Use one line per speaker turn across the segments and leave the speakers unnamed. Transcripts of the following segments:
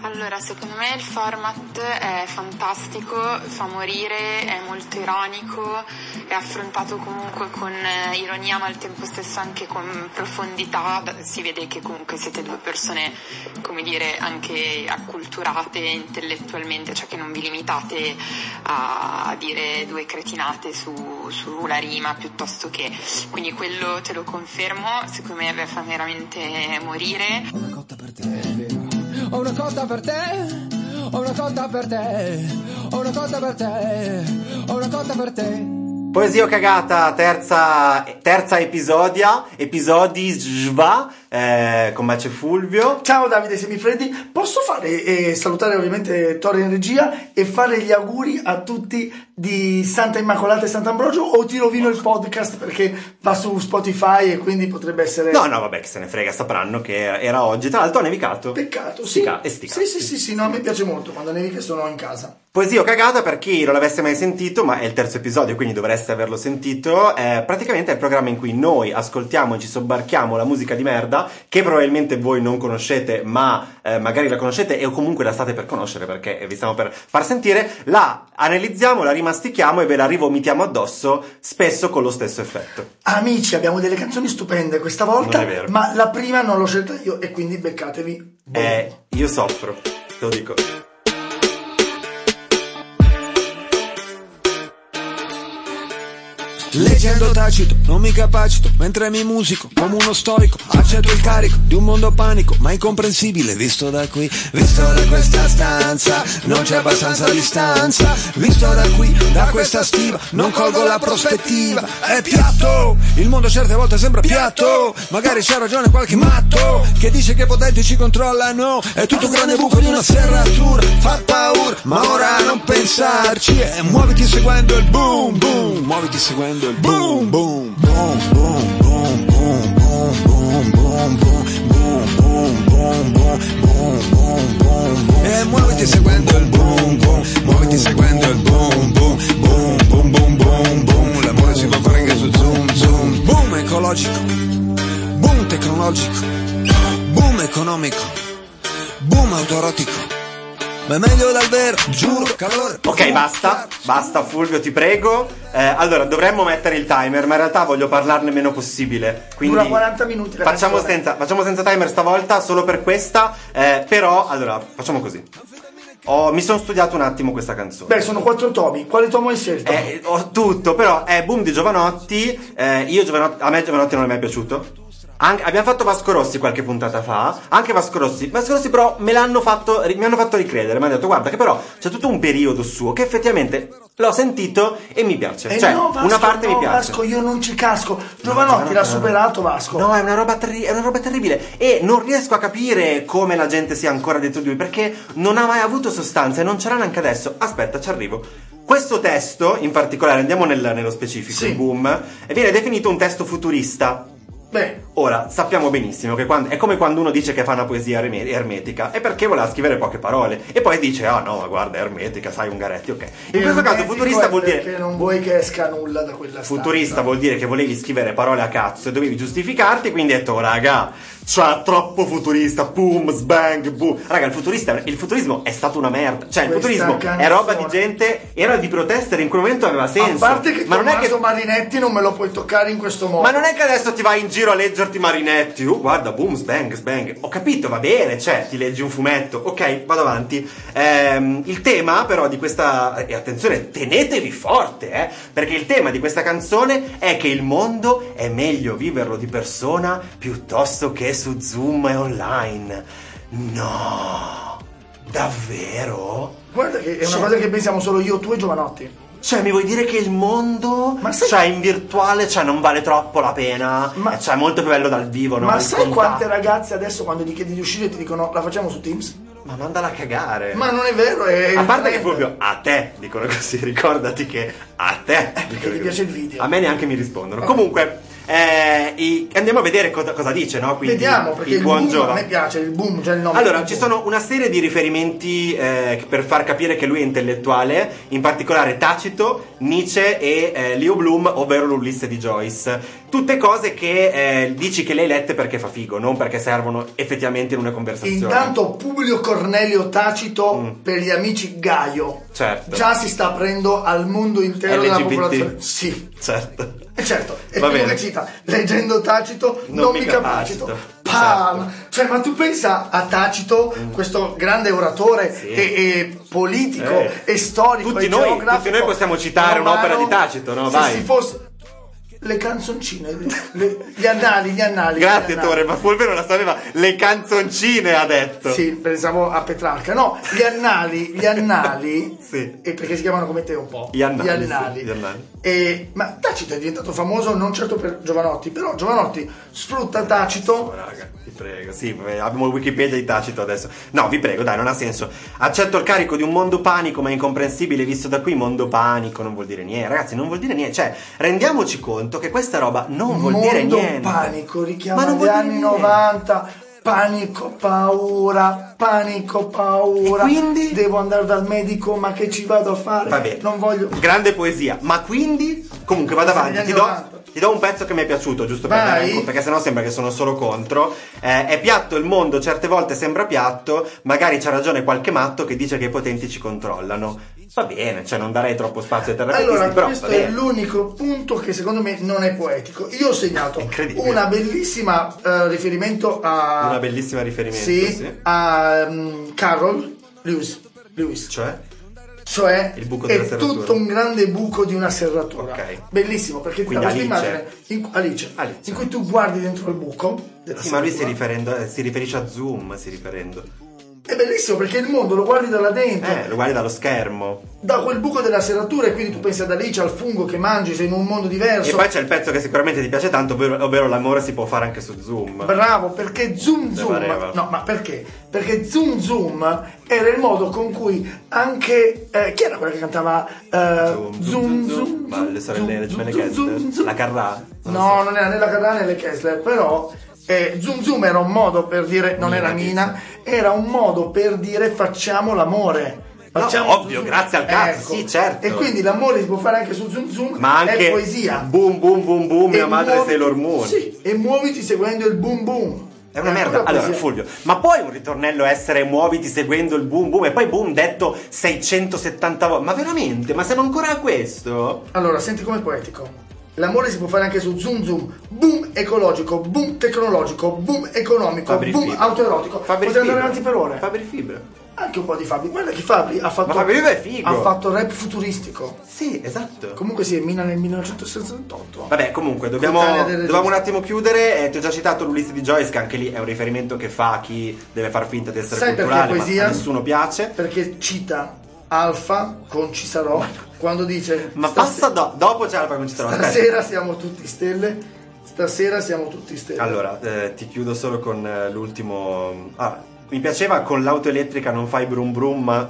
Allora, secondo me il format è fantastico, fa morire, è molto ironico, è affrontato comunque con ironia ma al tempo stesso anche con profondità. Si vede che comunque siete due persone, come dire, anche acculturate intellettualmente, cioè che non vi limitate a dire due cretinate sulla rima piuttosto che... Quindi quello te lo confermo, secondo me fa veramente morire.
Una cotta per te, è vero. Ho una cotta per te, ho una cotta per te, ho una cotta per te, ho una cotta per te.
Poesia o cagata, terza episodi sva, con Bace Fulvio.
Ciao Davide Semifreddi, posso fare salutare ovviamente Torre in regia e fare gli auguri a tutti di Santa Immacolata e Sant'Ambrogio, o ti rovino il podcast perché va su Spotify e quindi potrebbe essere...
No, vabbè, che se ne frega, sapranno che era oggi. Tra l'altro ha nevicato.
Peccato, sì. Sì, no, mi piace molto quando nevica e sono in casa.
Poesia o cagata, per chi non l'avesse mai sentito, ma è il terzo episodio, quindi dovreste averlo sentito, praticamente è il programma in cui noi ascoltiamo e ci sobbarchiamo la musica di merda, che probabilmente voi non conoscete, ma magari la conoscete o comunque la state per conoscere perché vi stiamo per far sentire, la analizziamo, la rimastichiamo e ve la rivomitiamo addosso, spesso con lo stesso effetto.
Amici, abbiamo delle canzoni stupende questa volta,
non è vero.
Ma la prima non l'ho scelta io e quindi beccatevi.
Io soffro, te lo dico.
Leggendo tacito, non mi capacito, mentre mi musico come uno stoico, accetto il carico di un mondo panico, ma incomprensibile visto da qui, visto da questa stanza, non c'è abbastanza distanza, visto da qui, da questa stiva, non colgo la prospettiva, è piatto, il mondo certe volte sembra piatto, magari c'ha ragione qualche matto, che dice che i potenti ci controllano, è tutto un grande buco di una serratura, fa paura, ma ora non pensarci, e muoviti seguendo il boom boom, muoviti seguendo il boom boom boom boom boom boom boom boom boom boom boom boom boom boom boom boom e muoviti seguendo il boom boom, muoviti seguendo il boom boom boom boom boom boom boom, l'amore si può fare anche su zoom zoom, boom ecologico, boom tecnologico, boom economico, boom autorotico. Ma è meglio dal vero, giuro, calore.
Ok, basta Fulvio, ti prego. Allora, dovremmo mettere il timer, ma in realtà voglio parlarne meno possibile. Quindi
dura 40 minuti la
facciamo senza timer stavolta, solo per questa. Però, allora, facciamo così. Mi sono studiato un attimo questa canzone.
Beh, sono 4 tomi. Quale tomo hai scelto?
Ho tutto, però è Boom di Jovanotti. A me Jovanotti non è mai piaciuto. Abbiamo fatto Vasco Rossi qualche puntata fa. Anche Vasco Rossi però mi hanno fatto ricredere. Mi hanno detto guarda che però c'è tutto un periodo suo che effettivamente l'ho sentito e mi piace. Cioè
no, Vasco,
una parte mi piace.
Vasco, io non ci casco. Jovanotti l'ha superato, Vasco.
No, è una roba terribile. E non riesco a capire come la gente sia ancora dentro di lui, perché non ha mai avuto sostanza e non ce l'ha neanche adesso. Aspetta, ci arrivo. Questo testo in particolare, andiamo nello specifico,
sì.
Il Boom, viene definito un testo futurista.
Beh,
ora sappiamo benissimo che è come quando uno dice che fa una poesia ermetica, è perché voleva scrivere poche parole e poi dice no, ma guarda, è ermetica, sai, Ungaretti, ok. In questo caso futurista vuol dire
che non vuoi che esca nulla da quella
futurista
stanza.
Vuol dire che volevi scrivere parole a cazzo e dovevi giustificarti, quindi hai detto raga, cioè troppo futurista, boom, sbang, boom. Raga, il futurismo è stato una merda. Cioè il futurismo è roba di gente, era di protesta, in quel momento aveva senso.
A parte che
ma non è che
Marinetti non me lo puoi toccare in questo modo.
Ma non è che adesso ti vai in giro a leggerti Marinetti, guarda, boom, sbang. Ho capito, va bene, cioè ti leggi un fumetto, ok, vado avanti. Il tema però di questa, e attenzione, tenetevi forte, perché il tema di questa canzone è che il mondo è meglio viverlo di persona piuttosto che su Zoom e online. No, davvero?
Guarda che è una cosa che pensiamo solo io, tu e Jovanotti.
Cioè, mi vuoi dire che il mondo, cioè, in virtuale, cioè, non vale troppo la pena? Cioè, è molto più bello dal vivo, no?
Ma sai quante ragazze adesso quando gli chiedi di uscire ti dicono la facciamo su Teams?
Ma mandala a cagare.
Ma non è vero,
a parte che proprio a te dicono così, ricordati che a te
perché ti piace il video.
A me neanche mi rispondono. Comunque Andiamo a vedere cosa dice, no? Quindi,
vediamo, perché il
buon
boom, a me piace il boom, già il nome.
Allora, ci sono una serie di riferimenti per far capire che lui è intellettuale, in particolare Tacito, Nietzsche e Leo Bloom, ovvero l'Ulisse di Joyce. Tutte cose che dici che le hai lette perché fa figo, non perché servono effettivamente in una conversazione.
Intanto Publio Cornelio Tacito, per gli amici Gaio,
certo,
già si sta aprendo al mondo intero
LGBT.
della popolazione. Sì,
certo.
Certo, e
Va
quello
bene.
che cita, leggendo Tacito non mi capacito. Pam!
Certo.
Cioè, ma tu pensa a Tacito, questo grande oratore
Sì.
e politico e storico
tutti
e
noi
geografico
possiamo citare
romano,
un'opera di Tacito, no?
Se
Vai.
si fosse le canzoncine, gli annali.
Grazie
gli annali.
Tore, ma Fulvio non la sapeva. Le canzoncine ha detto.
Sì, pensavo a Petrarca. No, gli annali
Sì.
e perché si chiamano come te un po'.
Gli annali, sì, gli annali.
Ma Tacito è diventato famoso non certo per Giovanotti, però Giovanotti sfrutta Tacito.
Oh, raga, ti prego. Sì, abbiamo il Wikipedia di Tacito adesso. No, vi prego, dai, non ha senso. Accetto il carico di un mondo panico, ma incomprensibile visto da qui. Mondo panico non vuol dire niente. Ragazzi, non vuol dire niente. Cioè, rendiamoci conto che questa roba non vuol dire niente.
Mondo panico, richiama
Ma non
gli
vuol dire
anni
niente.
90. Panico, paura.
E quindi?
Devo andare dal medico, ma che ci vado a fare?
Vabbè,
Non voglio.
grande poesia. Ma quindi? Comunque vado avanti.
Negli anni 90.
Ti do un pezzo che mi è piaciuto, giusto per
Vai.
dare, perché sennò sembra che sono solo contro. È piatto il mondo, certe volte sembra piatto. Magari c'ha ragione qualche matto che dice che i potenti ci controllano. Va bene, cioè non darei troppo spazio ai terrapiattisti,
Allora,
però
questo
va
è
bene.
l'unico punto che secondo me non è poetico. Io ho segnato
Incredibile.
una bellissima riferimento a.
Una bellissima riferimento,
Sì,
sì.
a Carol Lewis. Cioè
Il buco
è
della serratura.
tutto un grande buco di una serratura.
Ok.
Bellissimo, perché ti dà
Quindi
questa
Alice.
immagine Alice,
Alice.
in cui tu guardi dentro il buco della
Sì, ma lui si
serratura.
riferisce a Zoom,
È bellissimo perché il mondo lo guardi da là dentro,
lo guardi dallo schermo.
da quel buco della serratura, e quindi tu pensi ad Alice, al fungo che mangi, sei in un mondo diverso.
E poi c'è il pezzo che sicuramente ti piace tanto, ovvero l'amore si può fare anche su Zoom.
Bravo, perché Zoom
pareva.
no, ma perché? Perché Zoom era il modo con cui anche chi era quella che cantava Zoom
Ma le sorelle, le gemelle
Zoom,
Kessler? La Carrà?
No, non era né la Carrà né le Kessler, però Zoom era un modo per dire, non era Mina, era un modo per dire facciamo l'amore. Facciamo
ovvio,
Zoom.
grazie al cazzo, sì, certo.
E quindi l'amore si può fare anche su Zoom,
Ma anche
è poesia.
boom boom boom boom, mia madre Sailor Moon.
Sì, e muoviti seguendo il boom boom.
È una merda.
ancora
Allora,
poesia.
Fulvio, ma puoi un ritornello essere muoviti seguendo il boom boom e poi boom detto 670 volte? Ma veramente? Ma siamo ancora a questo?
Allora, senti com'è poetico. L'amore si può fare anche su Zoom, boom ecologico, boom tecnologico, boom economico,
Fabri
boom
Fibra.
autoerotico.
Fabri
Potrei andare
Fibra.
avanti per ore.
Fabri Fibra.
Anche un po' di Fabri. Guarda che Fabri ha fatto.
Ma Fabri Fibra è figo.
Ha fatto rap futuristico.
Sì, esatto.
Comunque sì, è Mina nel 1968.
Vabbè, comunque, dobbiamo un attimo chiudere. Ti ho già citato l'Ulisse di Joyce, che anche lì è un riferimento che fa a chi deve far finta di essere
Sai perché
culturale,
è poesia?
ma a nessuno piace.
Perché cita Alfa con Ci sarò quando dice
Ma passa dopo c'è Alfa con Ci sarò. Aspetta.
Stasera siamo tutti stelle. Stasera siamo tutti stelle.
Allora, ti chiudo solo con l'ultimo. Mi piaceva con l'auto elettrica non fai brum brum, ma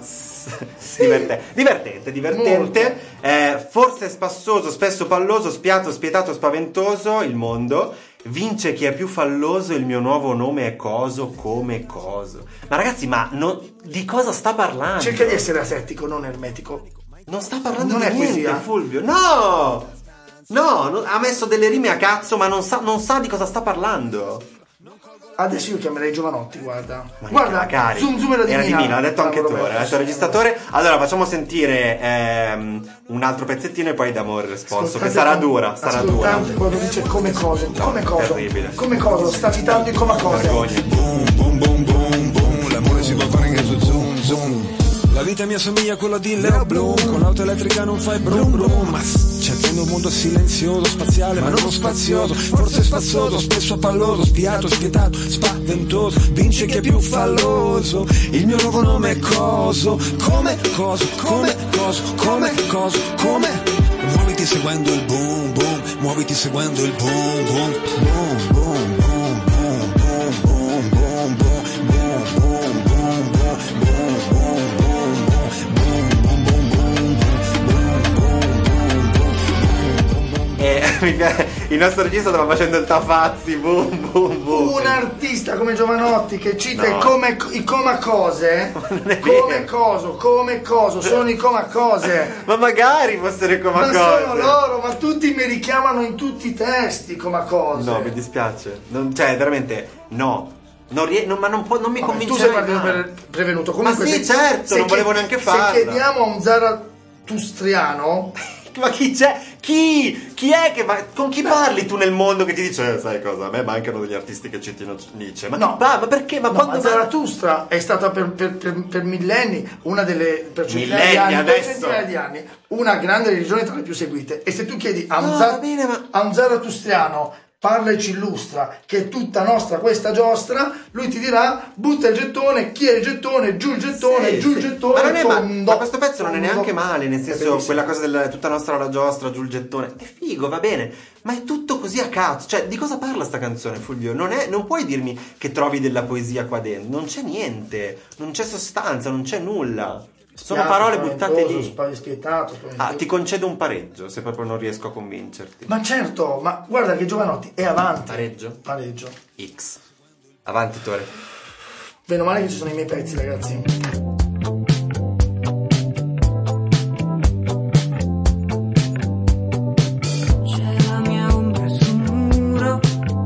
divertente. Forse spassoso, spesso palloso, spiato, spietato, spaventoso il mondo. Vince chi è più falloso, il mio nuovo nome è coso come coso. Ma ragazzi, di cosa sta parlando?
Cerca di essere asettico, non ermetico.
Non sta parlando
Non
di
è
niente,
poesia.
Fulvio. No, ha messo delle rime a cazzo, ma non sa di cosa sta parlando.
Adesso io chiamerei Giovanotti, guarda.
Ma
Guarda,
magari.
Zoom era di Mina.
l'ha detto anche
Bravo,
tu,
Roberto.
l'ha detto il registratore. Allora facciamo sentire un altro pezzettino e poi diamo il responso, che sarà dura,
Ascoltante quando dice come coso,
terribile.
come coso, sta citando i come cosa.
Vergogna.
Boom, boom, boom, boom, boom. L'amore si può fare anche su Zoom, Zoom. La vita mia somiglia a quella di Leo Bloom. Con l'auto elettrica non fai brum brum. Ma ci attendo un mondo silenzioso, spaziale ma non spazioso. Forse spazzoso, spesso palloso, spiato, spietato, spaventoso. Vince chi è più falloso. Il mio nuovo nome è coso. Come coso, come coso, come coso, come. Muoviti seguendo il boom boom. Muoviti seguendo il boom boom. Boom boom boom boom boom boom boom boom boom boom boom boom.
Il nostro regista stava facendo il Tafazzi, boom boom boom.
Un artista come Giovanotti che cita
No.
i comacose,
Non è
come coso, sono i comacose.
Ma magari fossero i
Ma
comacose.
sono loro, ma tutti mi richiamano in tutti i testi comacose.
No, mi dispiace. Cioè, veramente, no. Ma non mi
Tu
convincerai
sei partito
mai.
prevenuto. Comunque,
Ma sì, certo, non volevo neanche farla.
Se chiediamo a un Zaratustriano,
Ma chi c'è? Chi è che va? Con chi parli tu nel mondo che ti dice sai cosa? A me mancano degli artisti che citino Nietzsche. Ma
no,
ma perché? Ma
no,
quando
ma Zarathustra è stata per millenni una delle per centinaia
Millenni,
di anni,
adesso.
centinaia di anni, una grande religione tra le più seguite. E se tu chiedi a un,
No, va bene, ma-
a un Zaratustriano parla e ci illustra che è tutta nostra questa giostra, lui ti dirà butta il gettone, chi è il gettone, giù il gettone,
Sì,
giù il
sì.
gettone,
Ma non è
tondo,
ma questo pezzo non è
tondo.
neanche male, nel
È
senso
bellissimo.
quella cosa del tutta nostra la giostra, giù il gettone. È figo, va bene, ma è tutto così a cazzo. Cioè, di cosa parla sta canzone, Fulvio? Non puoi dirmi che trovi della poesia qua dentro. Non c'è niente, non c'è sostanza, non c'è nulla. Sono parole buttate lì.
Spietato,
Ah, ti concedo un pareggio se proprio non riesco a convincerti.
Ma certo, ma guarda che Giovanotti è avanti.
Pareggio? X. Avanti, Tore.
Meno male che ci sono i miei pezzi, ragazzi.
C'è la mia ombra sul muro.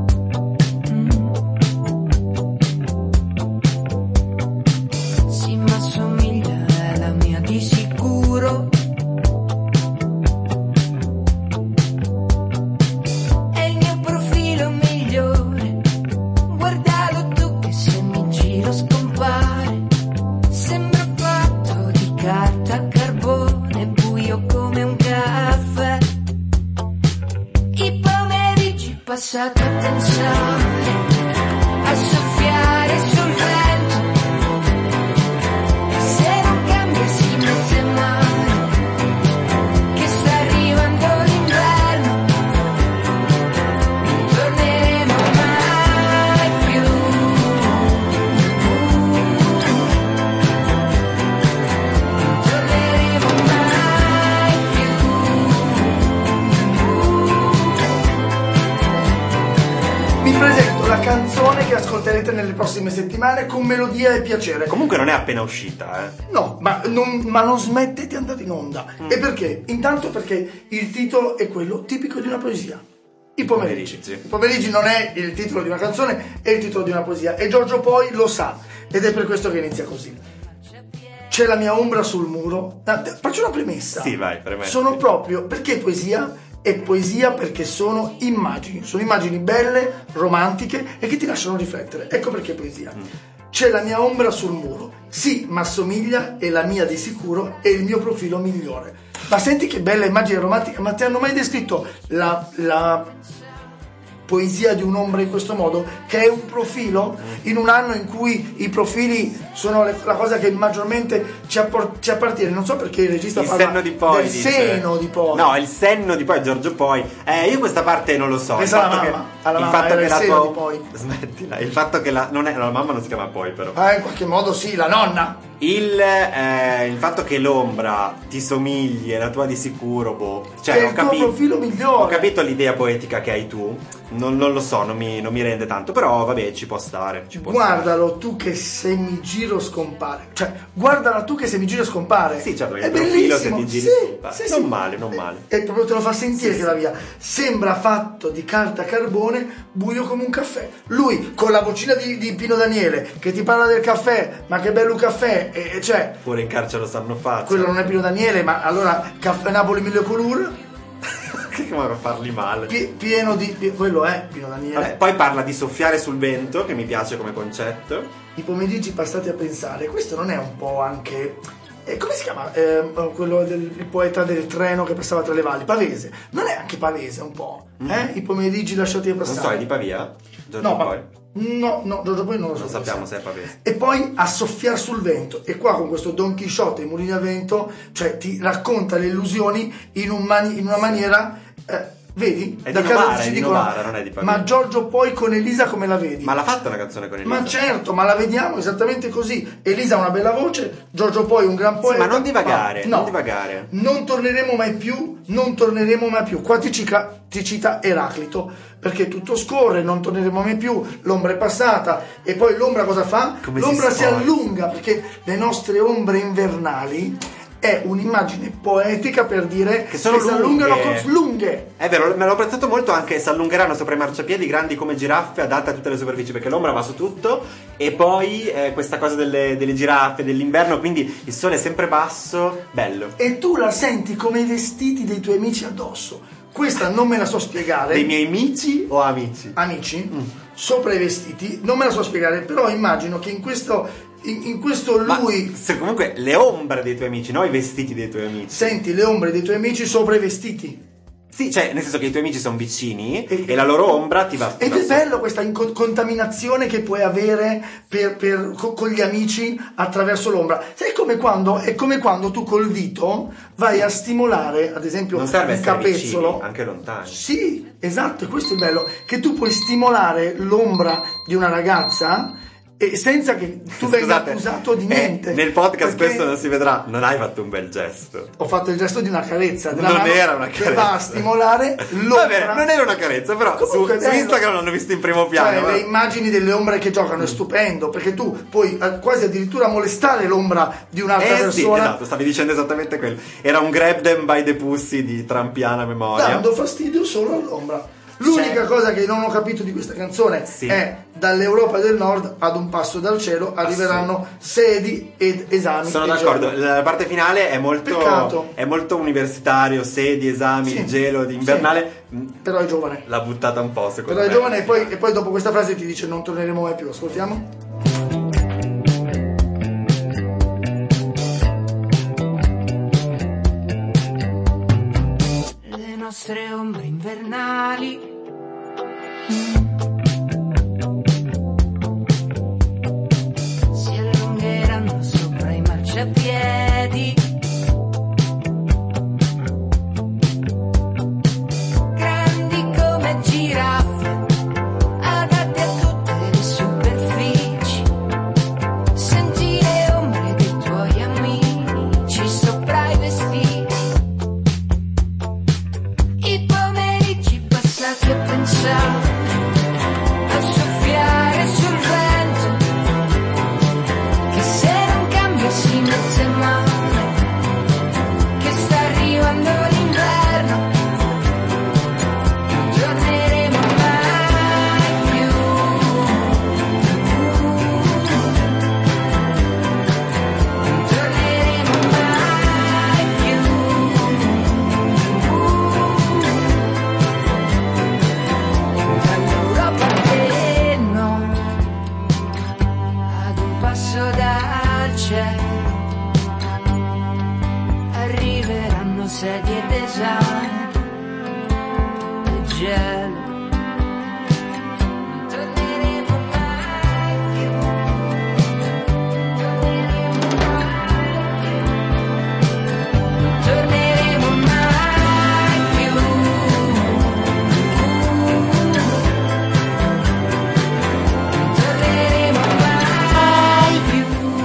Sì, ma somiglia alla mia di sicuro. È il mio profilo migliore. Guardalo tu che se mi giro scompare. Sembra fatto di carta carbone, buio come un caffè. I pomeriggi passati a pensare, a soffiare sul vento. Se non cambia si mette male, che sta arrivando l'inverno. Non torneremo mai più. Non torneremo mai più.
Vi presento la canzone che ascolterete nelle prossime settimane con melodia e piacere.
Comunque non è appena uscita,
No, ma non smette di andare in onda. E perché? Intanto perché il titolo è quello tipico di una poesia. I pomeriggi.
Sì.
I pomeriggi non è il titolo di una canzone, è il titolo di una poesia. E Giorgio Poi lo sa. Ed è per questo che inizia così. C'è la mia ombra sul muro. Faccio una premessa.
Sì, vai, premetti.
Sono proprio... Perché poesia? È poesia perché sono immagini belle, romantiche e che ti lasciano riflettere. Ecco perché è poesia. C'è la mia ombra sul muro, sì, ma assomiglia, è la mia di sicuro, è il mio profilo migliore. Ma senti che bella immagine romantica, ma ti hanno mai descritto la poesia di un'ombra in questo modo? Che è un profilo in un anno in cui i profili sono la cosa che maggiormente ci appartiene. Non so perché il regista
Il
parla
senno di Poi
del
dice.
seno di Poi.
No, il senno di Poi, Giorgio Poi. Io questa parte non lo so.
Pensa alla mamma, alla mamma, era il seno di Poi.
Smettila. Il fatto che la mamma non si chiama Poi, però.
In qualche modo sì, la nonna.
Il fatto che l'ombra ti somigli è la tua di sicuro, boh. Cioè,
Che è il tuo profilo migliore.
Ho capito l'idea poetica che hai tu. Non lo so, non mi rende tanto. Però vabbè, ci può stare.
Guardalo tu che se mi giro scompare. Cioè, guardala tu che se mi giro scompare.
Sì, certo,
è
il profilo se
bellissimo.
ti giri
Sì,
scompare.
sì,
Non
sì.
male, non male.
E proprio te lo fa sentire che va via. Sembra fatto di carta carbone, buio come un caffè. Lui con la vocina di Pino Daniele che ti parla del caffè, ma che bello caffè. E cioè,
Pure in carcere lo sanno fare.
quello non è Pino Daniele, ma allora Caffè Napoli Mille Color,
Che come parli male.
pieno di. Quello è Pino Daniele.
Vabbè, poi parla di soffiare sul vento, che mi piace come concetto.
I pomeriggi passati a pensare, questo non è un po' anche... come si chiama quello il poeta del treno che passava tra le valli? Pavese. Non è anche Pavese un po'? I pomeriggi lasciati a
Non
passare.
so, è di Pavia? Giorgio
No,
Poi?
no, Giorgio Poi non lo so.
Non sappiamo se è Pavese.
E poi a soffiare sul vento. E qua con questo Don Chisciotte e Mulini a vento, cioè ti racconta le illusioni in una maniera Vedi?
È
Da
di
casa
Novara,
ci
è di
dicono,
Novara, non è di Pavia.
ma Giorgio Poi con Elisa come la vedi?
Ma l'ha fatta una canzone con Elisa?
Ma certo, ma la vediamo esattamente così. Elisa ha una bella voce, Giorgio Poi un gran poeta.
ma non divagare,
No,
non divagare.
Non torneremo mai più, non torneremo mai più. Qua ti cita Eraclito, perché tutto scorre, non torneremo mai più, l'ombra è passata. E poi l'ombra cosa fa?
Come
L'ombra si
sforza.
allunga, perché le nostre ombre invernali è un'immagine poetica per dire
Che sono
si allungano
lunghe.
lunghe.
È vero, me l'ho apprezzato molto anche. Si allungheranno sopra i marciapiedi grandi come giraffe, adatte a tutte le superfici, perché l'ombra va su tutto. E poi questa cosa delle giraffe, dell'inverno, quindi il sole è sempre basso, bello.
E tu la senti come i vestiti dei tuoi amici addosso. Questa non me la so spiegare.
Dei miei amici o amici?
Amici, sopra i vestiti, non me la so spiegare, però immagino che in questo
Ma
lui
se comunque le ombre dei tuoi amici, no i vestiti dei tuoi amici.
senti le ombre dei tuoi amici sopra i vestiti.
Sì, cioè nel senso che i tuoi amici sono vicini
E-
e la loro ombra ti va.
Ed è bello questa contaminazione che puoi avere con gli amici attraverso l'ombra. Sai, è come quando tu col dito vai a stimolare, ad esempio,
Non serve
un
essere
capezzolo.
vicini, anche lontani.
Sì, esatto, e questo è bello, che tu puoi stimolare l'ombra di una ragazza e senza che tu venga
Scusate,
accusato di niente.
nel podcast
Perché
questo non si vedrà. Non hai fatto un bel gesto.
ho fatto il gesto di una carezza della
Non
mano
era una
che va a
carezza.
stimolare
Va
l'ombra.
bene, non era una carezza, però
Comunque
su
è bello.
Instagram l'hanno visto in primo piano.
Cioè,
ma-
le immagini delle ombre che giocano è stupendo, perché tu puoi quasi addirittura molestare l'ombra di un'altra
Sì,
persona
esatto, stavi dicendo esattamente quello. Era un grab them by the pussy di trampiana memoria.
dando fastidio solo all'ombra. L'unica cosa che non ho capito di questa canzone
Sì.
è dall'Europa del Nord ad un passo dal cielo arriveranno sedi ed esami.
Sono
e
d'accordo,
gelo.
la parte finale è
Peccato.
molto universitario, sedi, esami,
Sì.
il gelo di invernale.
Però è giovane.
L'ha buttata un po', secondo
Però è
me.
giovane e poi dopo questa frase ti dice non torneremo mai più. Ascoltiamo.
Le nostre ombre invernali si allungheranno sopra i marciapiedi, grandi come giraffe, adatti a tutte le superfici. Senti le ombre dei tuoi amici sopra i vestiti. I pomeriggi passati a pensare, a soffiare sul vento, che se non cambia si mette male, che sta arrivando l'inverno, non torneremo mai più. Non torneremo mai più. Dall'Europa del Nord ad un passo dal cielo arriveranno sedie ed esami e gelo. Non torneremo mai più. Non torneremo mai più. Non torneremo mai più.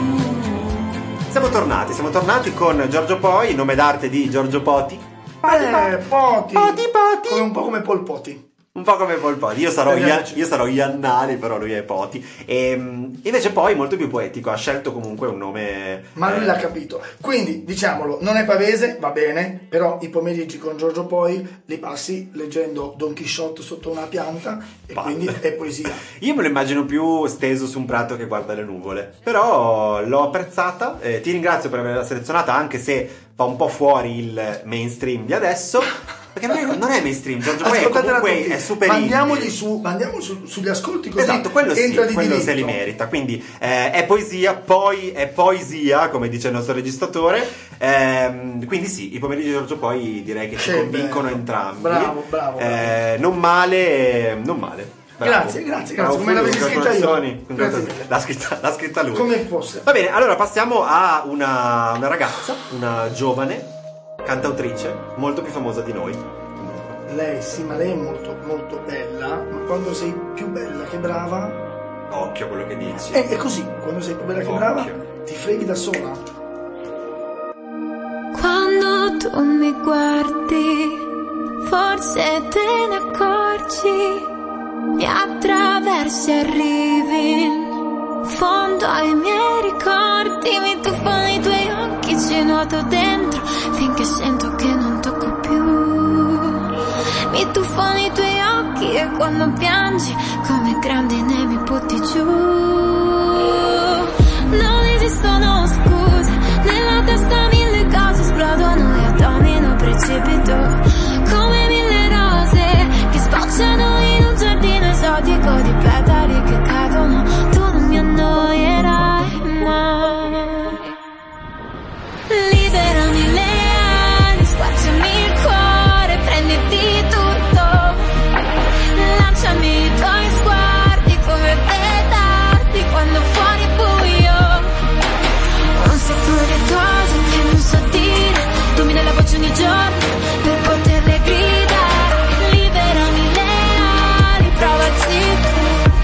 Siamo tornati con Giorgio Poi, nome d'arte di Giorgio Poti.
Poti.
Poti.
Un po' come Pol Poti.
Un po' come Pol Poti. Io sarò
Ragazzi.
Iannari, però lui è Poti. E invece poi molto più poetico, ha scelto comunque un nome.
Ma lui l'ha capito. Quindi, diciamolo, non è pavese, va bene, però i pomeriggi con Giorgio Poi li passi leggendo Don Chisciotte sotto una pianta e
Palle.
quindi è poesia.
Io me lo immagino più steso su un prato che guarda le nuvole. Però l'ho apprezzata. Ti ringrazio per averla selezionata, anche se fa un po' fuori il mainstream di adesso. Perché non è mainstream, Giorgio Poi
Ascoltatela
comunque
tutti.
è super
Mandiamoli
indie.
sugli ascolti così
Esatto, quello
entra
sì,
di
quello
diritto.
se li merita. Quindi è poesia, poi è poesia, come dice il nostro registratore. Quindi sì, i pomeriggi di Giorgio Poi direi che ci
Che
convincono
bello.
entrambi.
Bravo.
Non male. Bravo.
Grazie.
Bravo,
Come l'avevi
Fulvio,
scritta io.
congratulazioni.
Grazie mille.
L'ha scritta lui.
Come fosse.
Va bene, allora passiamo a una ragazza, una giovane cantautrice, molto più famosa di noi.
lei sì, ma lei è molto molto bella, ma quando sei più bella che brava,
Occhio a quello che dici.
è così, quando sei più bella che brava ti freghi da sola.
Quando tu mi guardi, forse te ne accorgi, mi attraversi e arrivi in fondo ai miei ricordi, mi tuffo nei tuoi occhi, ci nuoto dentro finché sento che non tocco più. Mi tuffo nei tuoi occhi e quando piangi come grandine mi butti giù. Non esistono scuse, nella testa mille cose esplodono e a domino precipito come mille rose che sbocciano in un giardino esotico di petali che cadono. Tu non mi annoierai mai. Liberami le ali, spacciami il cuore, prenditi tutto, lanciami i tuoi sguardi come petardi quando fuori è buio. Un sacco di cose che non so dire, tu mi dai la voce ogni giorno per poterle gridare. Liberami le ali, provaci tu.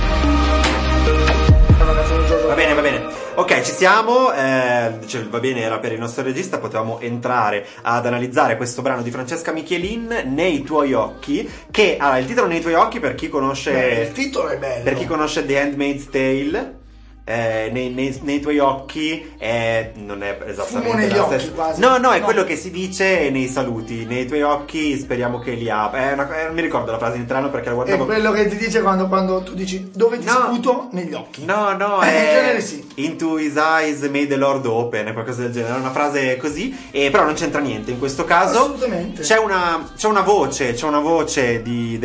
Va bene, va bene. Ok, ci siamo. Va bene, era per il nostro regista. Potevamo entrare ad analizzare questo brano di Francesca Michelin, Nei tuoi occhi. Che ha il titolo Nei tuoi occhi per chi conosce.
Il titolo è bello.
Per chi conosce The Handmaid's Tale. Nei tuoi occhi non è esattamente
Fumo negli
la
occhi,
stessa.
quasi.
No, è
No.
quello che si dice nei saluti. Nei tuoi occhi speriamo che li apra. Non mi ricordo la frase in italiano perché la
È
guardavo.
quello che ti dice quando tu dici dove ti
No.
sputo negli occhi.
No,
In genere sì.
Into his eyes may the Lord open, qualcosa del genere, una frase così, però non c'entra niente in questo caso.
Assolutamente.
C'è una voce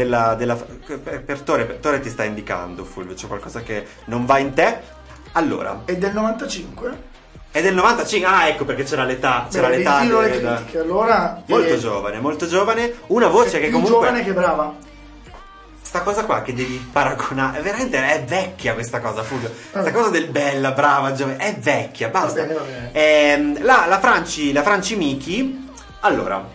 per Tore ti sta indicando, Fulvio, c'è qualcosa che non va in te. Allora,
È del 95?
è del 95, ecco perché c'era l'età,
Ritiro le critiche. Allora
molto giovane, una voce che
più
comunque
giovane che brava.
sta cosa qua che devi paragonare, veramente è vecchia questa cosa, Fulvio. Questa cosa del bella, brava, giovane, è vecchia, basta.
Va bene.
La Franci Michi, allora,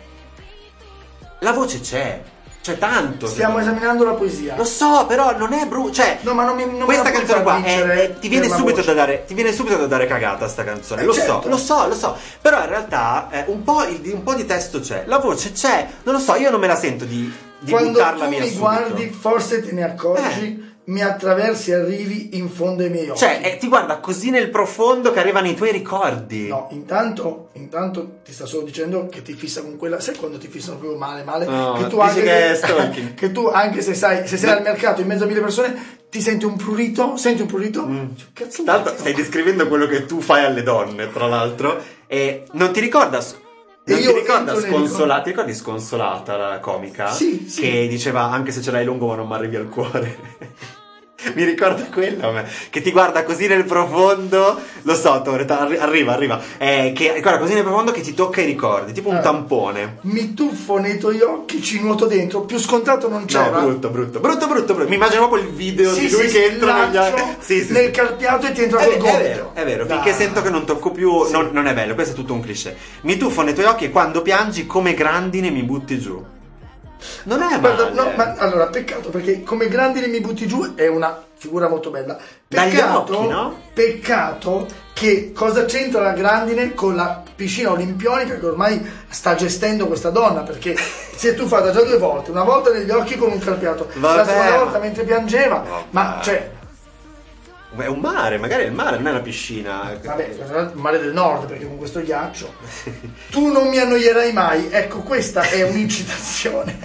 la voce c'è tanto.
Stiamo esaminando la poesia.
Lo so, però non è cioè,
No, ma non me
questa
la puoi
canzone
far
qua
vincere
ti viene
per la
subito
voce.
da dare cagata sta canzone.
Certo.
Lo so. Però in realtà un po' di testo c'è, la voce c'è, non lo so, io non me la sento di
Quando
buttarla
tu
via
mi
subito.
guardi, forse te ne accorgi, mi attraversi e arrivi in fondo ai miei occhi.
Cioè, ti guarda così nel profondo che arrivano i tuoi ricordi.
No, intanto ti sta solo dicendo che ti fissa con quella. Sai quando ti fissano proprio male?
No,
che tu
dici
anche
che è stalking.
che tu anche se sei al mercato in mezzo a mille persone ti senti un prurito? Senti un prurito? Cioè, cazzo
Tanto
vuoi?
stai descrivendo quello che tu fai alle donne, tra l'altro, e non ti ricorda.
E
Non
io
ti ricorda
entro nei
Sconsolata? Ti ricordi Sconsolata, la comica?
Sì.
Che diceva anche se ce l'hai lungo ma non mi arrivi al cuore. Mi ricorda quello, che ti guarda così nel profondo. Lo so, Tore, arriva. Che guarda così nel profondo che ti tocca i ricordi, tipo un tampone.
Mi tuffo nei tuoi occhi, ci nuoto dentro. Più scontato non c'era.
No, brutto. Mi immagino proprio il video
Sì,
di lui
sì,
che entra negli
lancio
Sì.
nel carpiato e ti entra sul gomito.
È vero,
Dai.
finché sento che non tocco più, non è bello, questo è tutto un cliché. Mi tuffo nei tuoi occhi e quando piangi come grandine mi butti giù. Non è male.
Guarda, no, ma allora, peccato, perché come grandine mi butti giù è una figura molto bella.
Dagli
Peccato,
occhi, no?
Peccato che cosa c'entra la grandine con la piscina olimpionica che ormai sta gestendo questa donna, perché si è tuffata già 2 volte, una volta negli occhi con un carpiato, la
Vabbè,
seconda volta mentre piangeva,
Vabbè.
ma cioè,
È un mare, magari è il mare, non è una piscina.
vabbè, il mare del nord, perché con questo ghiaccio tu non mi annoierai mai, ecco, questa è un'incitazione.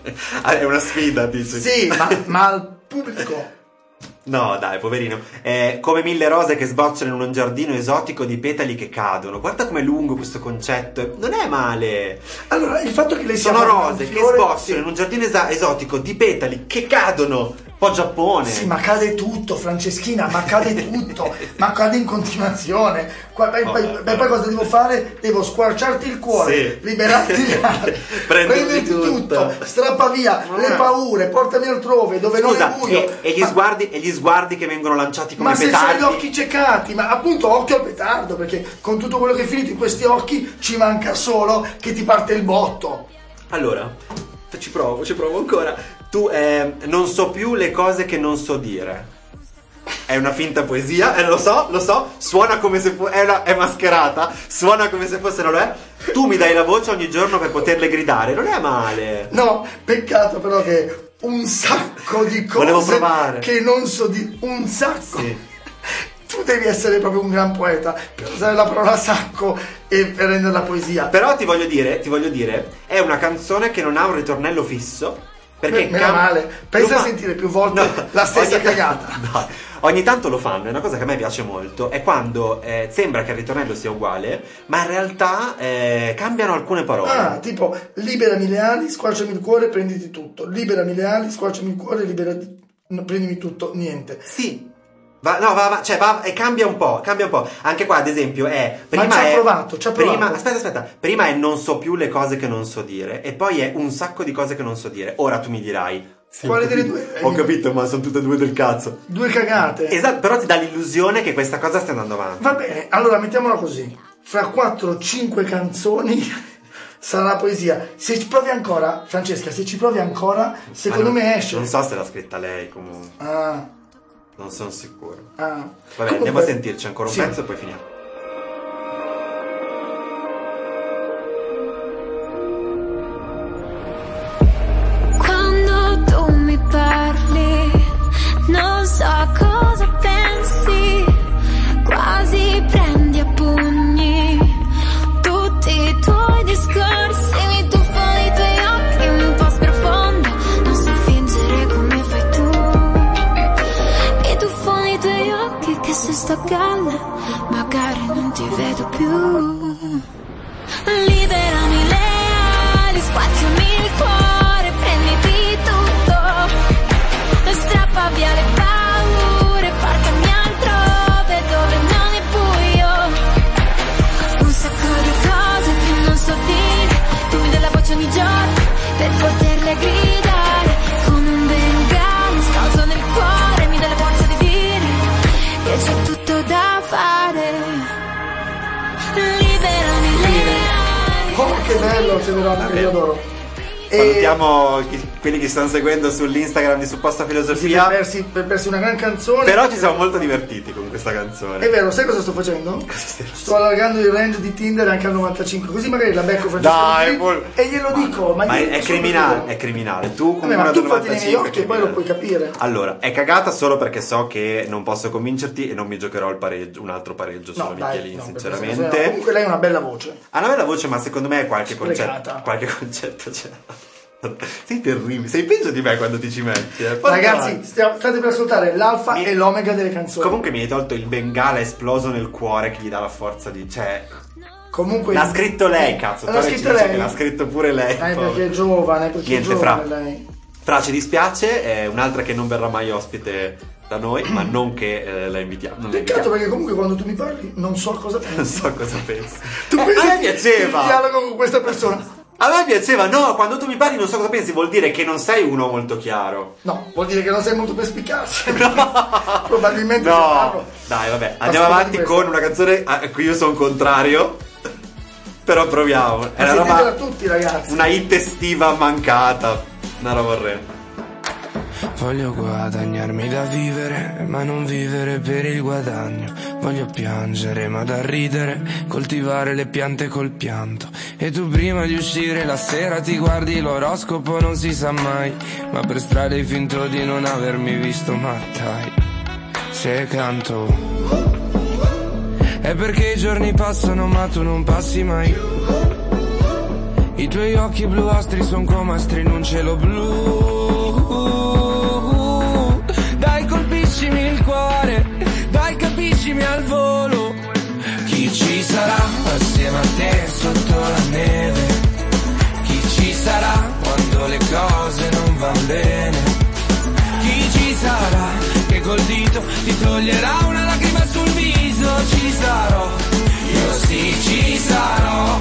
È una sfida, dici?
Sì, ma al pubblico.
No, dai, poverino. Come 1000 rose che sbocciano in un giardino esotico di petali che cadono. Guarda com'è lungo questo concetto. Non è male.
Allora, il fatto che lei sia
Sono
fatta
rose
un
che
fiore-
sbocciano in un giardino esotico di petali che cadono. Un po' Giappone.
Sì, ma cade tutto, Franceschina, ma cade tutto, ma cade in continuazione. Poi cosa devo fare? Devo squarciarti il cuore,
Sì.
liberarti gli altri,
Prenderti
tutto,
tutto.
strappa via le paure, portami altrove dove
Scusa,
non è buio.
e gli sguardi che vengono lanciati come
Ma se
petardi.
c'hai gli occhi ciecati, ma appunto occhio al petardo, perché con tutto quello che è finito in questi occhi ci manca solo che ti parte il botto.
Allora, ci provo ancora. Tu non so più le cose che non so dire. È una finta poesia, lo so, suona come se è mascherata, suona come se fosse, non lo è. Tu mi dai la voce ogni giorno per poterle gridare, non è male.
No, peccato però che un sacco di cose
Volevo provare.
che non so di un sacco.
Sì.
Tu devi essere proprio un gran poeta per usare la parola sacco e per renderla poesia.
Però ti voglio dire, è una canzone che non ha un ritornello fisso. Perché
meno male, pensa a sentire più volte la stessa cagata.
No, ogni tanto lo fanno, è una cosa che a me piace molto. È quando sembra che il ritornello sia uguale, ma in realtà cambiano alcune parole.
Ah, tipo liberami le ali, squarciami il cuore, prenditi tutto. Liberami le ali, squarciami il cuore, prendimi tutto, niente.
Sì. E cambia un po'. Anche qua, ad esempio, prima
ma ci ha provato.
Aspetta. Prima è non so più le cose che non so dire, e poi è un sacco di cose che non so dire. Ora tu mi dirai. Sì,
quale delle due?
Ho capito, ma sono tutte e due del cazzo.
Due cagate.
Esatto, però ti dà l'illusione che questa cosa stia andando avanti.
Va bene, allora mettiamola così. Fra 4-5 canzoni sarà la poesia. Se ci provi ancora, Francesca, secondo me esce.
Non so se l'ha scritta lei, comunque.
Ah.
Non sono sicuro.
Ah.
Vabbè,
Comunque,
andiamo a sentirci ancora un
sì.
pezzo e poi finiamo.
Quando tu mi parli, non so cosa pensi, quasi prendi a pugni tutti i tuoi discorsi, mi tuffo nei tuoi occhi un po' sprofondo, non so fingere come fai tu. I tuoi occhi che se sto a galla magari non ti vedo più. Liberami le ali, squarciami il cuore, prenditi tutto, strappa via le paure, portami altrove dove non è buio. Un sacco di cose che non so dire, tu mi dai la voce ogni giorno per poterle gridare, con un bengalo scalzo nel cuore, mi dai la forza di dire che c'è tutto da fare. Liberami le ali.
Oh, che bello, Celerone, che io adoro.
Salutiamo quelli che stanno seguendo sull'Instagram di Supposta Filosofia.
Per persi una gran canzone.
Però ci siamo molto divertiti con questa canzone.
È vero, sai cosa sto facendo? Sto allargando il range di Tinder anche al 95, così magari la becco Francesca e glielo dico. Ma
è criminale. Tu comunque
ma tu fatti nei miei occhi e poi lo puoi capire.
Allora, è cagata solo perché so che non posso convincerti e non mi giocherò un altro pareggio solo Michelin, sinceramente.
Comunque lei ha una bella voce.
Ha una bella voce, ma secondo me qualche concetto c'è. Sei terribile, sei peggio di me quando ti ci metti.
Ragazzi, state per ascoltare l'alfa e l'omega delle canzoni.
Comunque mi hai tolto il bengala esploso nel cuore che gli dà la forza di...
Comunque
l'ha scritto lei, cazzo.
L'ha scritto lei?
L'ha scritto pure lei.
Perché è giovane,
Niente,
lei.
Fra, ci dispiace, è un'altra che non verrà mai ospite da noi, ma non che la invitiamo.
Peccato, perché comunque quando tu mi parli non so cosa pensi.
Non so cosa pensi.
A
me piaceva.
Il dialogo con questa persona.
A me piaceva, no, quando tu mi parli non so cosa pensi, vuol dire che non sei uno molto chiaro.
No, vuol dire che non sei molto perspicace. Probabilmente
no. Dai, vabbè, andiamo avanti con una canzone a cui io sono contrario. Però proviamo.
È una roba a tutti, ragazzi.
Una hit estiva mancata. Una roba orrenda.
Voglio guadagnarmi da vivere, ma non vivere per il guadagno. Voglio piangere, ma da ridere, coltivare le piante col pianto. E tu prima di uscire la sera ti guardi l'oroscopo, non si sa mai. Ma per strada hai finto di non avermi visto, ma dai, se canto è perché i giorni passano ma tu non passi mai. I tuoi occhi bluastri son come astri in un cielo blu. Dai, colpiscimi il cuore, dai, capiscimi al volo. Chi ci sarà assieme a te sotto la neve? Chi ci sarà quando le cose non vanno bene? Chi ci sarà che col dito ti toglierà una lacrima sul viso? Ci sarò, io sì ci sarò.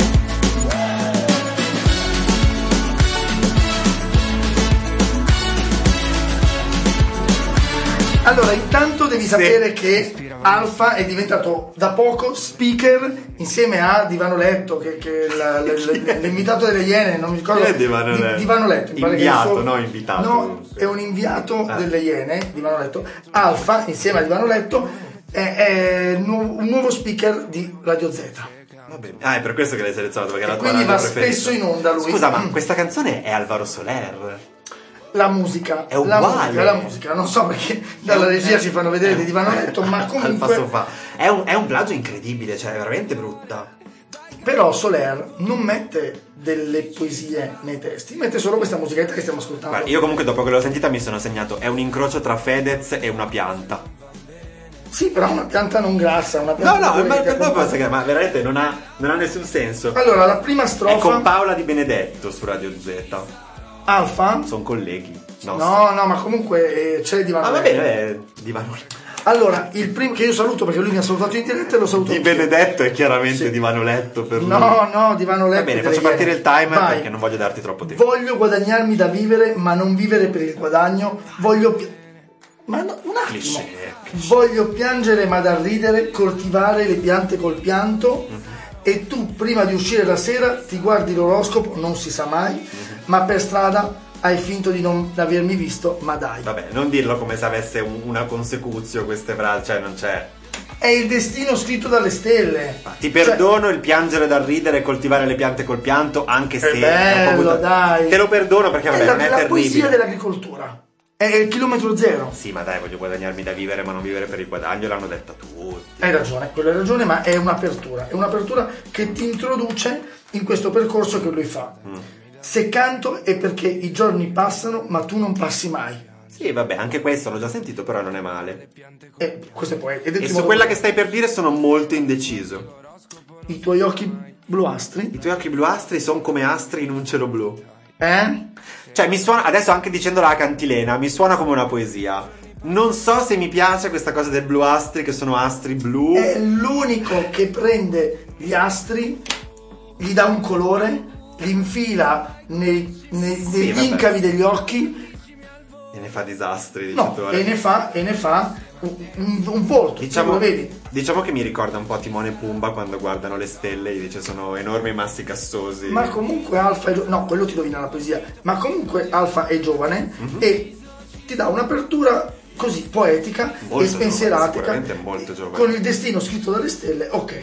Allora, intanto devi devi sapere che Alfa è diventato da poco speaker insieme a Divano Letto, che l'invitato delle Iene, non mi ricordo. Divano Letto.
Inviato, no invitato.
No, è un inviato delle Iene, Divano Letto. Alfa, insieme a Divano Letto, è un nuovo speaker di Radio Z.
Va bene. Ah, è per questo che l'hai selezionato, perché
e quindi va spesso in onda lui.
Scusa, ma questa canzone è Alvaro Soler?
La musica
è uguale.
La musica, non so perché dalla regia ci fanno vedere di Divano Letto, ma comunque
è un plagio incredibile, cioè è veramente brutta.
Però Soler non mette delle poesie nei testi, mette solo questa musichetta che stiamo ascoltando.
Guarda, io comunque dopo che l'ho sentita mi sono segnato, è un incrocio tra Fedez e una pianta.
Sì, però una pianta non grassa, una pianta
ma veramente non ha nessun senso.
Allora, la prima strofa
è con Paola Di Benedetto su Radio Z.
Alfa?
Sono colleghi.
No, ma comunque c'è Divano Letto.
Va bene, Divano Letto.
Allora, il primo che io saluto perché lui mi ha salutato in diretta e lo saluto.
Di Benedetto è chiaramente Divano Letto per lui.
No, Divano Letto.
Va bene, faccio partire il timer perché non voglio darti troppo tempo.
Voglio guadagnarmi da vivere, ma non vivere per il guadagno. Ma no, un attimo. Voglio piangere ma da ridere, coltivare le piante col pianto. E tu prima di uscire la sera ti guardi l'oroscopo, non si sa mai, ma per strada hai finto di non avermi visto, ma dai.
Vabbè, non dirlo come se avesse una consecuzio queste frasi, cioè non c'è.
È il destino scritto dalle stelle.
Ti perdono il piangere dal ridere e coltivare le piante col pianto, anche se
è bello, dai.
Te lo perdono perché vabbè, non è terribile.
È la poesia dell'agricoltura. È il chilometro zero.
Sì, ma dai, voglio guadagnarmi da vivere, ma non vivere per il guadagno, l'hanno detta tutti.
Hai ragione, quello hai ragione, ma è un'apertura. È un'apertura che ti introduce in questo percorso che lui fa. Se canto è perché i giorni passano, ma tu non passi mai.
Sì, vabbè, anche questo l'ho già sentito, però non è male.
Questo è poi.
E su quella che stai per dire sono molto indeciso.
I tuoi occhi bluastri?
I tuoi occhi bluastri sono come astri in un cielo blu.
Cioè,
mi suona, adesso anche dicendo la cantilena, mi suona come una poesia. Non so se mi piace questa cosa del bluastri, che sono astri blu.
È l'unico che prende gli astri, gli dà un colore, li infila negli incavi degli occhi
e ne fa disastri.
E ne fa un volto.
Diciamo che mi ricorda un po' Timone e Pumba quando guardano le stelle e dice sono enormi massi cassosi.
Ma comunque Alfa no, quello ti rovina la poesia. Ma comunque Alfa è giovane e ti dà un'apertura così poetica
molto
e spensierata,
sicuramente molto giovane,
con il destino scritto dalle stelle. Ok,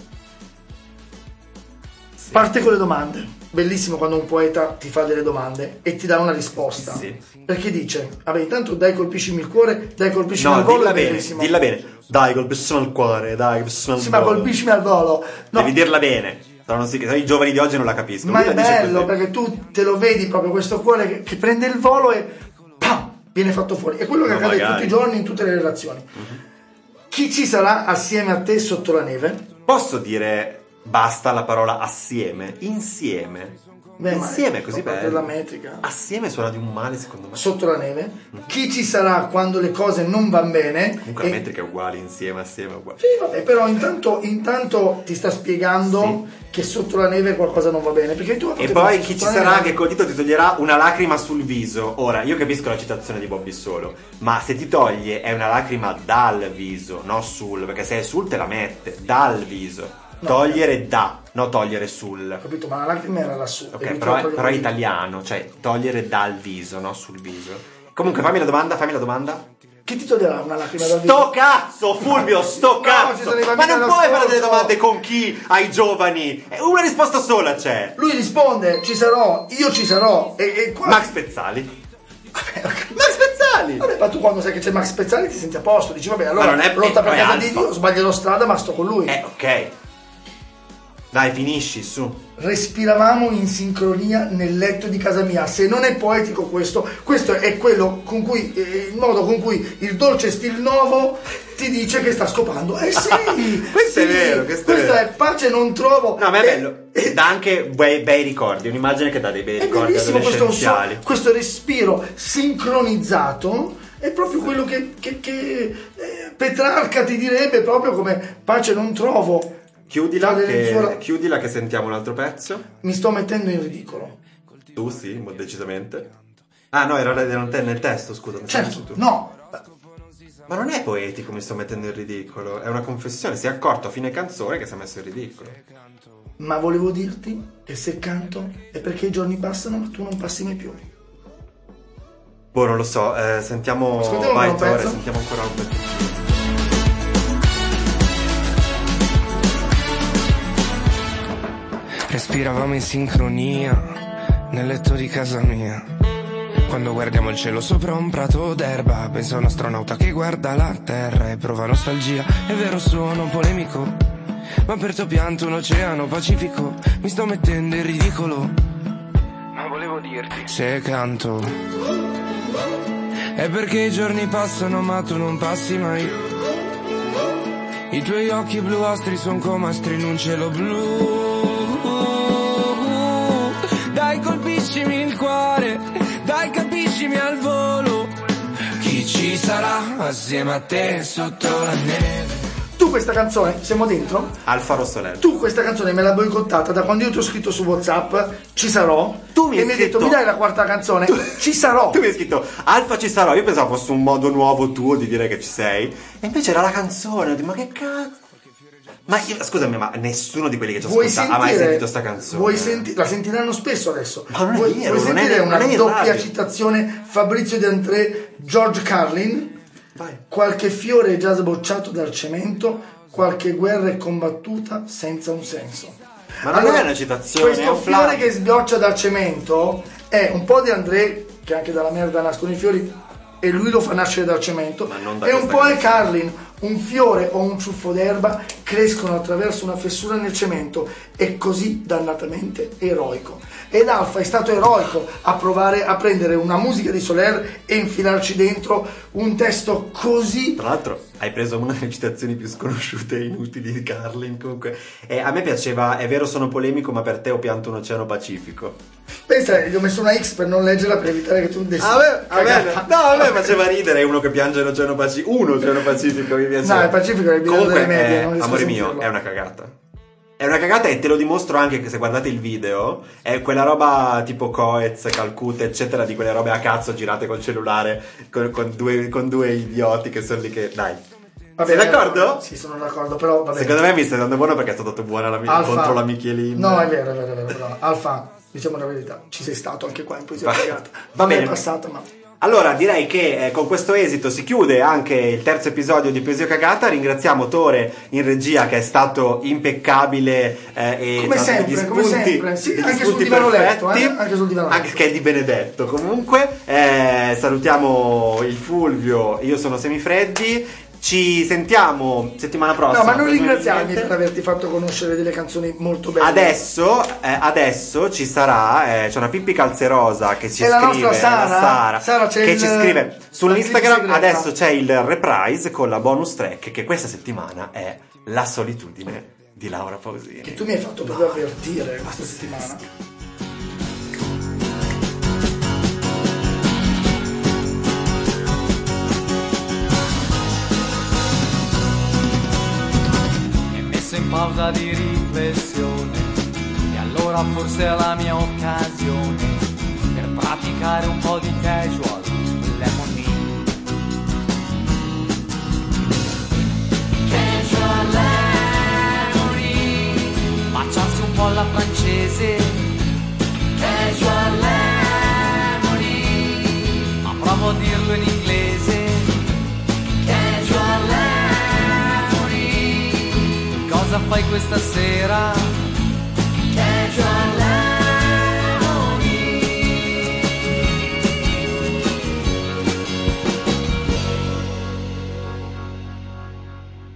sì. Parte con le domande. Bellissimo quando un poeta ti fa delle domande e ti dà una risposta.
Sì.
Perché dice, vabbè, intanto dai colpiscimi il cuore, dai colpiscimi al volo.
Dilla bene. Dai colpiscimi al cuore, dai colpiscimi al volo.
Sì, ma colpiscimi al volo. No.
Devi dirla bene. Se i giovani di oggi non la capiscono.
Ma è bello perché tu te lo vedi proprio questo cuore che prende il volo e pam, viene fatto fuori. È quello che accade tutti i giorni in tutte le relazioni. Chi ci sarà assieme a te sotto la neve?
Posso dire basta la parola assieme? Insieme. Insieme è così bello.
Per la metrica.
Assieme suona di un male, secondo me.
Sotto la neve. Chi ci sarà quando le cose non vanno bene?
Comunque la metrica è uguale, insieme, assieme è uguale.
Sì, vabbè, però intanto ti sta spiegando che sotto la neve qualcosa non va bene. Perché tu
e poi chi ci sarà che col dito ti toglierà una lacrima sul viso. Ora, io capisco la citazione di Bobby Solo, ma se ti toglie è una lacrima dal viso, non sul, perché se è sul te la mette, dal viso. No, togliere da, no togliere sul.
Capito, ma la lacrima era lassù.
Ok, però è italiano, cioè togliere dal viso, no sul viso. Comunque fammi la domanda.
Chi ti toglierà una lacrima dal viso?
Sto cazzo, Fulvio, cazzo! Ma non puoi fare delle domande con chi? Ai giovani? Una risposta sola c'è.
Lui risponde, ci sarò, io ci sarò.
Max Pezzali. Max Pezzali!
Vabbè, ma tu quando sai che c'è Max Pezzali ti senti a posto, dici vabbè, allora lotta per casa di Dio, sbaglierò strada ma sto con lui.
Ok. Dai, finisci, su.
Respiravamo in sincronia nel letto di casa mia. Se non è poetico questo è quello con cui il modo con cui il dolce stil nuovo ti dice che sta scopando. Sì!
Questo è vero, questo
è pace non trovo.
No, ma è bello. Dà anche bei ricordi, un'immagine che dà dei bei ricordi adolescenziali.
Questo respiro sincronizzato è proprio quello che Petrarca ti direbbe, proprio come pace non trovo.
Chiudila che sentiamo un altro pezzo.
Mi sto mettendo in ridicolo.
Tu sì, decisamente. Ah no, era nel testo, scusa.
Certo, no.
Ma non è poetico, mi sto mettendo in ridicolo. È una confessione. Si è accorto a fine canzone che si è messo in ridicolo.
Ma volevo dirti che se canto è perché i giorni passano ma tu non passi mai più.
Boh, non lo so. Sentiamo.
Ascoltiamo
Vai,
un
Tore,
pezzo.
sentiamo ancora un pezzo.
Respiravamo in sincronia nel letto di casa mia. Quando guardiamo il cielo sopra un prato d'erba, penso a un astronauta che guarda la terra e prova nostalgia. È vero, sono polemico, ma per tuo pianto un oceano Pacifico. Mi sto mettendo in ridicolo, ma volevo dirti, se canto è perché i giorni passano ma tu non passi mai. I tuoi occhi blu astri son come astri in un cielo blu. Dai, colpiscimi il cuore, dai, capiscimi al volo. Chi ci sarà assieme a te sotto la neve?
Tu questa canzone, siamo dentro?
Alfa Rossoletto.
Tu questa canzone me l'hai boicottata da quando io ti ho scritto su WhatsApp ci sarò.
Tu mi
e
hai
mi hai
scritto-
detto mi dai la quarta canzone? Ci sarò.
Tu mi hai scritto Alfa ci sarò. Io pensavo fosse un modo nuovo tuo di dire che ci sei. E invece era la canzone. Ho detto, ma che cazzo? Ma scusami, ma nessuno di quelli che ci ascolta ha mai sentito sta canzone?
La sentiranno spesso adesso.
Ma non è
vuoi
vero, non è-
sentire una
non è in
doppia
radio.
citazione Fabrizio De André, George Carlin?
Vai.
Qualche fiore è già sbocciato dal cemento, qualche guerra è combattuta senza un senso.
Ma non è una citazione, è
questo
un
fiore
flauto.
che sboccia dal cemento è un po' di André, che anche dalla merda nascono i fiori e lui lo fa nascere dal cemento,
Ma non da
e un
questa
po' è
canzone.
Carlin. Un fiore o un ciuffo d'erba crescono attraverso una fessura nel cemento, è così dannatamente eroico. Ed Alfa è stato eroico a provare a prendere una musica di Soler e infilarci dentro un testo così.
Tra l'altro hai preso una delle citazioni più sconosciute e inutili di Carlin. Comunque a me piaceva, è vero sono polemico, ma per te ho pianto un oceano Pacifico.
Pensa, gli ho messo una X per non leggerla, per evitare che tu dessi
A me faceva ridere uno che piange l'oceano Pacifico. Uno oceano Pacifico mi piaceva.
No, il Pacifico è il binario
Comunque,
delle medie, non riesco
amore
a
mio,
sentirlo.
è una cagata. È una cagata e te lo dimostro anche che se guardate il video, è quella roba tipo Coez, Calcutta, eccetera, di quelle robe a cazzo girate col cellulare con due idioti che sono lì che... Dai.
Vabbè,
Sei d'accordo?
Sì, sono d'accordo, però vabbè.
Secondo me mi stai dando buono perché è stato dato buona
Alfa.
contro la Michelin.
No, è vero, però. Alfa, diciamo la verità, ci sei stato anche qua in poesia cagata.
Va bene.
È passata, ma...
Allora direi che con questo esito si chiude anche il terzo episodio di Poesia Cagata. Ringraziamo Tore in regia che è stato impeccabile e
Come
ci ha dato
sempre, come sempre. Sì,
degli
anche
spunti
sul divano
perfetti.
letto, anche sul divano letto.
Anche che è di Benedetto. Comunque salutiamo il Fulvio, io sono Semifreddi. Ci sentiamo settimana prossima.
No, ma non ringraziarmi
presumibilmente.
per averti fatto conoscere delle canzoni molto belle.
Adesso ci sarà c'è una Pippi Calzerosa che ci
E la
scrive,
nostra Sara? Sara, c'è
che
il-
ci scrive
la
sull'Instagram.
segreta.
Adesso c'è il reprise con la bonus track che questa settimana è La solitudine di Laura Pausini.
Che tu mi hai fatto proprio avvertire questa settimana.
In pausa di riflessione e allora forse è la mia occasione per praticare un po' di casual lemonade. Casual lemonade, baciarsi un po' alla francese. Casual lemonade, ma provo a dirlo in inglese. Casual lemonade, cosa fai questa sera?